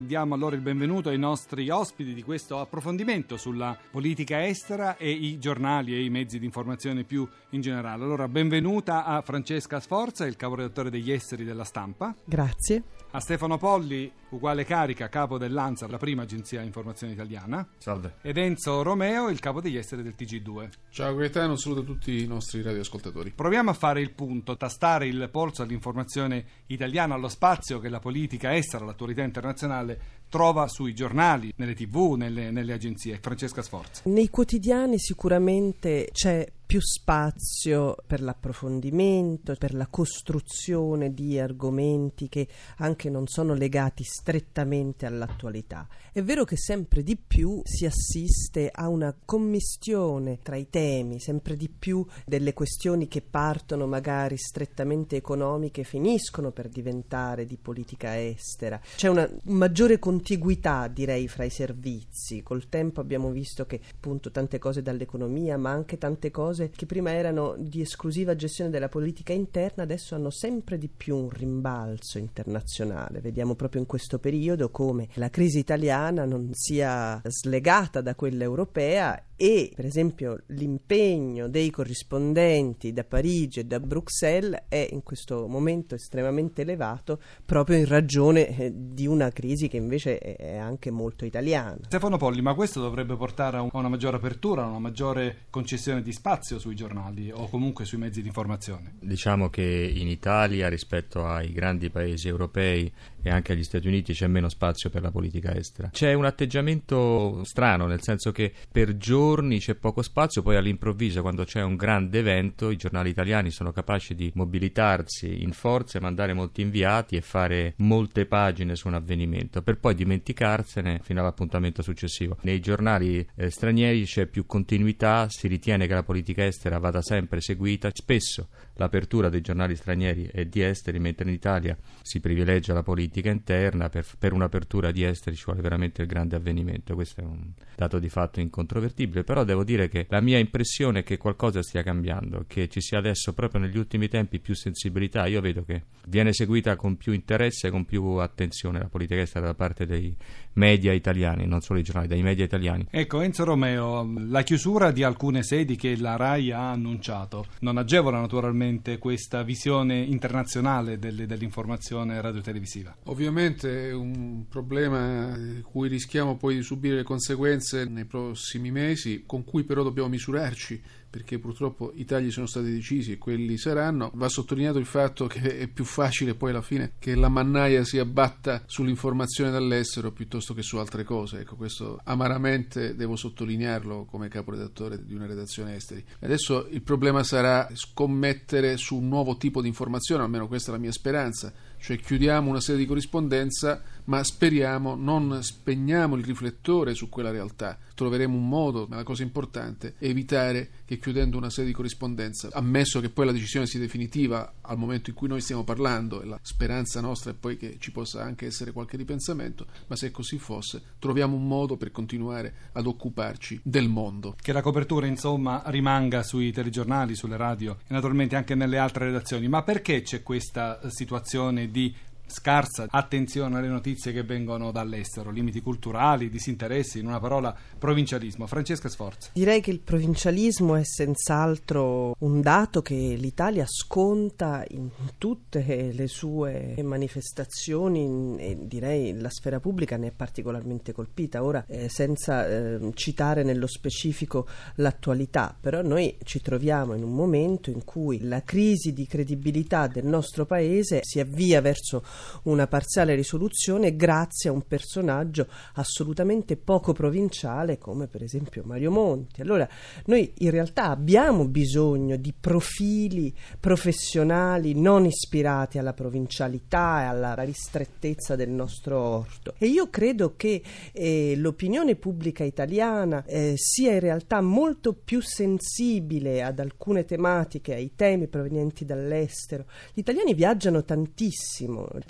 Diamo allora il benvenuto ai nostri ospiti di questo approfondimento sulla politica estera e i giornali e i mezzi di informazione più in generale. Allora, benvenuta a Francesca Sforza, il caporedattore degli esteri della Stampa. Grazie. A Stefano Polli, uguale carica, capo dell'ANSA, la prima agenzia di informazione italiana. Salve. Ed Enzo Romeo, il capo degli esteri del TG2. Ciao Gaetano, saluto tutti i nostri radioascoltatori. Proviamo a fare il punto, tastare il polso all'informazione italiana, allo spazio che la politica estera, l'attualità internazionale trova sui giornali, nelle TV, nelle agenzie. Francesca Sforza. Nei quotidiani sicuramente c'è più spazio per l'approfondimento, per la costruzione di argomenti che anche non sono legati strettamente all'attualità. È vero che sempre di più si assiste a una commistione tra i temi, sempre di più delle questioni che partono magari strettamente economiche finiscono per diventare di politica estera. C'è una maggiore contiguità, direi, fra i servizi. Col tempo abbiamo visto che appunto tante cose dall'economia, ma anche tante cose che prima erano di esclusiva gestione della politica interna, adesso hanno sempre di più un rimbalzo internazionale. Vediamo proprio in questo periodo come la crisi italiana non sia slegata da quella europea e, per esempio, l'impegno dei corrispondenti da Parigi e da Bruxelles è in questo momento estremamente elevato proprio in ragione di una crisi che invece è anche molto italiana. Stefano Polli, ma questo dovrebbe portare a una maggiore apertura, a una maggiore concessione di spazio sui giornali o comunque sui mezzi di informazione? Diciamo che in Italia rispetto ai grandi paesi europei e anche agli Stati Uniti c'è meno spazio per la politica estera. C'è un atteggiamento strano, nel senso che per giorni c'è poco spazio, poi all'improvviso, quando c'è un grande evento, i giornali italiani sono capaci di mobilitarsi in forze, mandare molti inviati e fare molte pagine su un avvenimento, per poi dimenticarsene fino all'appuntamento successivo. Nei giornali stranieri c'è più continuità, si ritiene che la politica estera vada sempre seguita, spesso l'apertura dei giornali stranieri è di esteri, mentre in Italia si privilegia la politica interna. Per un'apertura di esteri ci vuole veramente il grande avvenimento. Questo è un dato di fatto incontrovertibile, però devo dire che la mia impressione è che qualcosa stia cambiando, che ci sia adesso proprio negli ultimi tempi più sensibilità. Io vedo che viene seguita con più interesse e con più attenzione la politica estera da parte dei media italiani, non solo i giornali, dai media italiani. Ecco, Enzo Romeo, la chiusura di alcune sedi che la RAI ha annunciato non agevola naturalmente questa visione internazionale dell'informazione radiotelevisiva? Ovviamente è un problema di cui rischiamo poi di subire le conseguenze nei prossimi mesi, con cui però dobbiamo misurarci, perché purtroppo i tagli sono stati decisi e quelli saranno. Va sottolineato il fatto che è più facile poi alla fine che la mannaia si abbatta sull'informazione dall'estero piuttosto che su altre cose. Ecco, questo amaramente devo sottolinearlo come caporedattore di una redazione esteri. Adesso il problema sarà scommettere su un nuovo tipo di informazione, almeno questa è la mia speranza, cioè chiudiamo una sede di corrispondenza, ma speriamo non spegniamo il riflettore su quella realtà. Troveremo un modo, ma la cosa importante è evitare che chiudendo una sede di corrispondenza, ammesso che poi la decisione sia definitiva al momento in cui noi stiamo parlando, e la speranza nostra è poi che ci possa anche essere qualche ripensamento, ma se così fosse troviamo un modo per continuare ad occuparci del mondo. Che la copertura insomma rimanga sui telegiornali, sulle radio e naturalmente anche nelle altre redazioni. Ma perché c'è questa situazione di scarsa attenzione alle notizie che vengono dall'estero, limiti culturali, disinteressi, in una parola provincialismo? Francesca Sforza. Direi che il provincialismo è senz'altro un dato che l'Italia sconta in tutte le sue manifestazioni e direi la sfera pubblica ne è particolarmente colpita. Ora senza citare nello specifico l'attualità, però noi ci troviamo in un momento in cui la crisi di credibilità del nostro paese si avvia verso una parziale risoluzione grazie a un personaggio assolutamente poco provinciale come per esempio Mario Monti. Allora noi in realtà abbiamo bisogno di profili professionali non ispirati alla provincialità e alla ristrettezza del nostro orto, e io credo che l'opinione pubblica italiana sia in realtà molto più sensibile ad alcune tematiche, ai temi provenienti dall'estero. Gli italiani viaggiano tantissimo,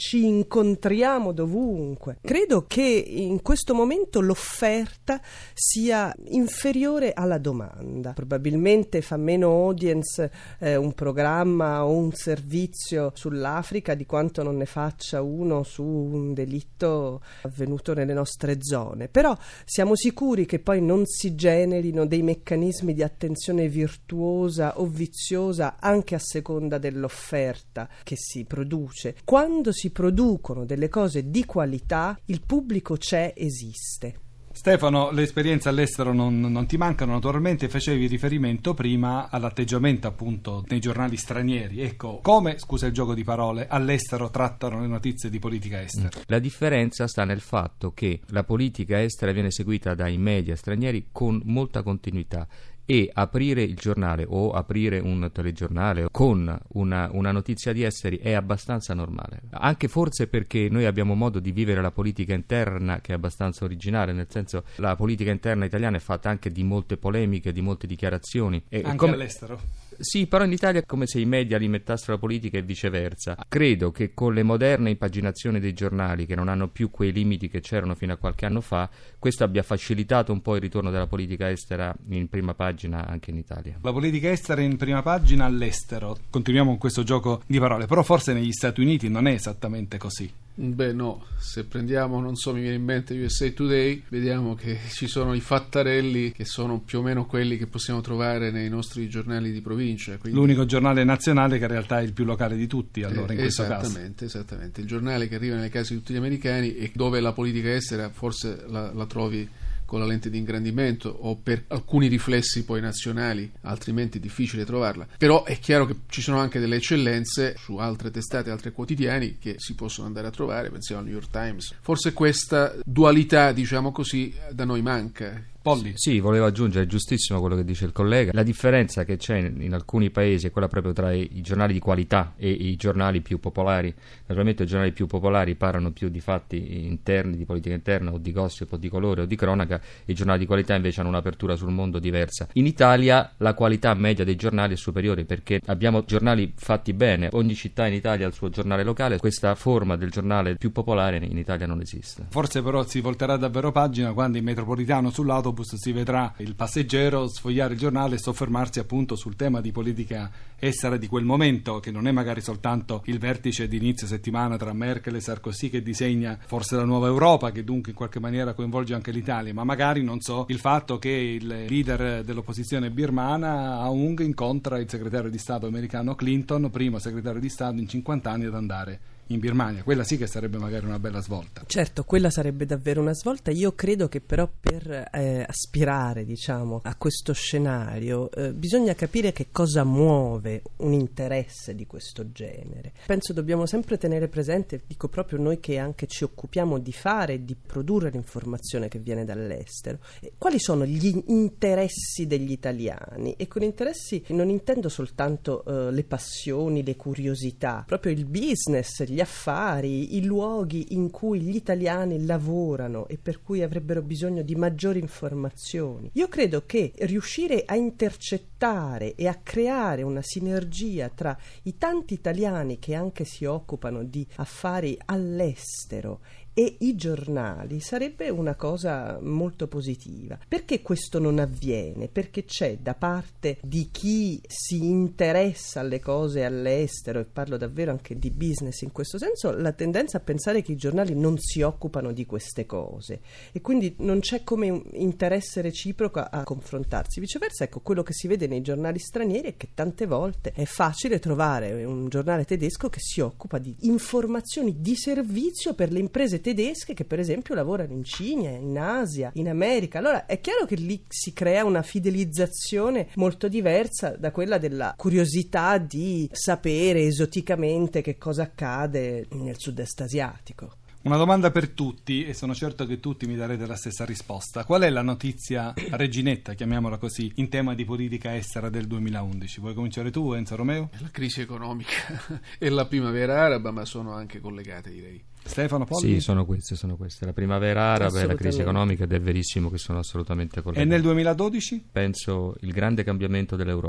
ci incontriamo dovunque. Credo che in questo momento l'offerta sia inferiore alla domanda. Probabilmente fa meno audience un programma o un servizio sull'Africa di quanto non ne faccia uno su un delitto avvenuto nelle nostre zone, però siamo sicuri che poi non si generino dei meccanismi di attenzione virtuosa o viziosa anche a seconda dell'offerta che si produce. Quando si producono delle cose di qualità, il pubblico c'è, esiste. Stefano, le esperienze all'estero non ti mancano, naturalmente facevi riferimento prima all'atteggiamento appunto nei giornali stranieri. Ecco, come, scusa il gioco di parole, all'estero trattano le notizie di politica estera? La differenza sta nel fatto che la politica estera viene seguita dai media stranieri con molta continuità, e aprire il giornale o aprire un telegiornale con una notizia di esteri è abbastanza normale, anche forse perché noi abbiamo modo di vivere la politica interna che è abbastanza originale, nel senso la politica interna italiana è fatta anche di molte polemiche, di molte dichiarazioni. Anche all'estero? Sì, però in Italia è come se i media alimentassero la politica e viceversa. Credo che con le moderne impaginazioni dei giornali, che non hanno più quei limiti che c'erano fino a qualche anno fa, questo abbia facilitato un po' il ritorno della politica estera in prima pagina anche in Italia. La politica estera in prima pagina all'estero. Continuiamo con questo gioco di parole, però forse negli Stati Uniti non è esattamente così. Beh no, se prendiamo, non so, mi viene in mente USA Today, vediamo che ci sono i fattarelli che sono più o meno quelli che possiamo trovare nei nostri giornali di provincia. Quindi... l'unico giornale nazionale che in realtà è il più locale di tutti, allora in questo caso. Esattamente, il giornale che arriva nelle case di tutti gli americani e dove la politica estera forse la trovi con la lente di ingrandimento o per alcuni riflessi poi nazionali, altrimenti è difficile trovarla. Però è chiaro che ci sono anche delle eccellenze su altre testate, altri quotidiani che si possono andare a trovare, pensiamo al New York Times. Forse questa dualità, diciamo così, da noi manca. Polli. Sì, volevo aggiungere, è giustissimo quello che dice il collega. La differenza che c'è in alcuni paesi è quella proprio tra i giornali di qualità e i giornali più popolari. Naturalmente i giornali più popolari parlano più di fatti interni, di politica interna o di gossip o di colore o di cronaca, i giornali di qualità invece hanno un'apertura sul mondo diversa. In Italia la qualità media dei giornali è superiore perché abbiamo giornali fatti bene, ogni città in Italia ha il suo giornale locale, questa forma del giornale più popolare in Italia non esiste. Forse però si volterà davvero pagina quando in metropolitano sull'autobus si vedrà il passeggero sfogliare il giornale e soffermarsi appunto sul tema di politica estera di quel momento, che non è magari soltanto il vertice di inizio settimana tra Merkel e Sarkozy che disegna forse la nuova Europa, che dunque in qualche maniera coinvolge anche l'Italia, ma magari, non so, il fatto che il leader dell'opposizione birmana Aung incontra il segretario di Stato americano Clinton, primo segretario di Stato in 50 anni ad andare in Birmania. Quella sì che sarebbe magari una bella svolta. Certo, quella sarebbe davvero una svolta. Io credo che però per aspirare, diciamo, a questo scenario bisogna capire che cosa muove un interesse di questo genere. Penso dobbiamo sempre tenere presente, dico proprio noi che anche ci occupiamo di fare e di produrre l'informazione che viene dall'estero, quali sono gli interessi degli italiani. E con interessi non intendo soltanto le passioni, le curiosità, proprio il business, gli affari, i luoghi in cui gli italiani lavorano e per cui avrebbero bisogno di maggiori informazioni. Io credo che riuscire a intercettare e a creare una sinergia tra i tanti italiani che anche si occupano di affari all'estero e i giornali sarebbe una cosa molto positiva. Perché questo non avviene? Perché c'è da parte di chi si interessa alle cose all'estero, e parlo davvero anche di business in questo senso, la tendenza a pensare che i giornali non si occupano di queste cose e quindi non c'è come un interesse reciproco a confrontarsi. Viceversa, ecco, quello che si vede nei giornali stranieri è che tante volte è facile trovare un giornale tedesco che si occupa di informazioni di servizio per le imprese tedesche che per esempio lavorano in Cina, in Asia, in America. Allora è chiaro che lì si crea una fidelizzazione molto diversa da quella della curiosità di sapere esoticamente che cosa accade nel sud-est asiatico. Una domanda per tutti, e sono certo che tutti mi darete la stessa risposta. Qual è la notizia reginetta, chiamiamola così, in tema di politica estera del 2011? Vuoi cominciare tu, Enzo Romeo? La crisi economica e la primavera araba, ma sono anche collegate, direi. Stefano, Polli? Sì, sono queste. La primavera araba e la crisi economica, ed è verissimo che sono assolutamente collegate. E nel 2012? Penso il grande cambiamento dell'Europa,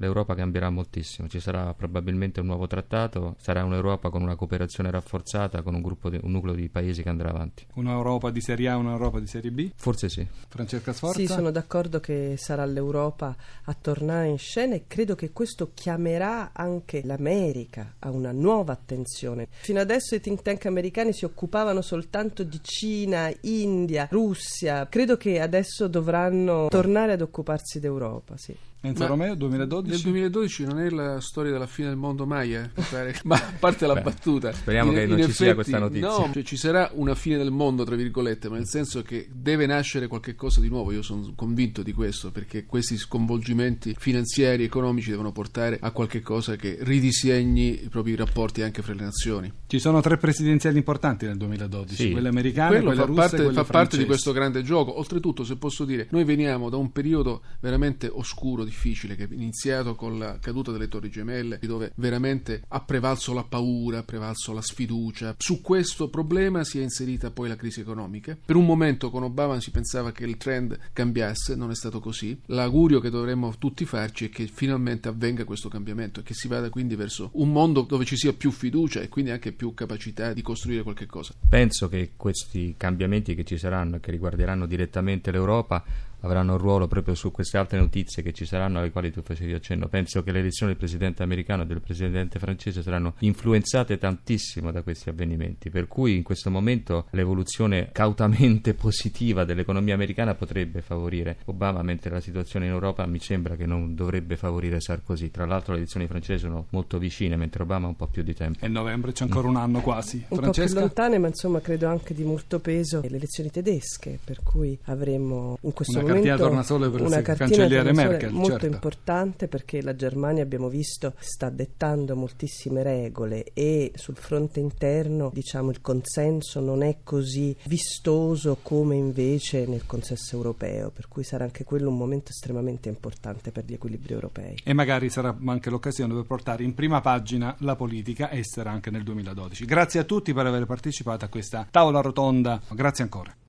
l'Europa cambierà moltissimo, ci sarà probabilmente un nuovo trattato, sarà un'Europa con una cooperazione rafforzata, con un nucleo di paesi che andrà avanti. Un'Europa di Serie A, un'Europa di Serie B? Forse sì. Francesca Sforza? Sì, sono d'accordo che sarà l'Europa a tornare in scena e credo che questo chiamerà anche l'America a una nuova attenzione. Fino adesso i think tank americani si occupavano soltanto di Cina, India, Russia. Credo che adesso dovranno tornare ad occuparsi d'Europa, sì. Enzo Romeo, 2012? Nel 2012 non è la storia della fine del mondo mai, ma a parte la battuta. Speriamo che non ci sia questa notizia. No, cioè, ci sarà una fine del mondo, tra virgolette, ma nel senso che deve nascere qualche cosa di nuovo. Io sono convinto di questo, perché questi sconvolgimenti finanziari e economici devono portare a qualche cosa che ridisegni i propri rapporti anche fra le nazioni. Ci sono 3 presidenziali importanti nel 2012, sì. Quelle americane, quelle russe e quelle fa parte di francesi. questo grande gioco. Oltretutto, se posso dire, noi veniamo da un periodo veramente oscuro, difficile, che è iniziato con la caduta delle Torri Gemelle, dove veramente ha prevalso la paura, ha prevalso la sfiducia. Su questo problema si è inserita poi la crisi economica. Per un momento con Obama si pensava che il trend cambiasse, non è stato così. L'augurio che dovremmo tutti farci è che finalmente avvenga questo cambiamento e che si vada quindi verso un mondo dove ci sia più fiducia e quindi anche più capacità di costruire qualche cosa. Penso che questi cambiamenti che ci saranno e che riguarderanno direttamente l'Europa avranno un ruolo proprio su queste altre notizie che ci saranno, alle quali tu facevi accenno. Penso che le elezioni del presidente americano e del presidente francese saranno influenzate tantissimo da questi avvenimenti, per cui in questo momento l'evoluzione cautamente positiva dell'economia americana potrebbe favorire Obama, mentre la situazione in Europa mi sembra che non dovrebbe favorire Sarkozy. Tra l'altro le elezioni francesi sono molto vicine, mentre Obama ha un po' più di tempo. E novembre c'è ancora un anno quasi. Un Francesca? po' più lontane, ma insomma credo anche di molto peso le elezioni tedesche, per cui avremo in questo momento cartina tornasole per una il cartina cancelliere tornasole Merkel, molto certo. importante, perché la Germania, abbiamo visto, sta dettando moltissime regole e sul fronte interno, diciamo, il consenso non è così vistoso come invece nel consesso europeo, per cui sarà anche quello un momento estremamente importante per gli equilibri europei. E magari sarà anche l'occasione per portare in prima pagina la politica estera anche nel 2012. Grazie a tutti per aver partecipato a questa tavola rotonda, grazie ancora.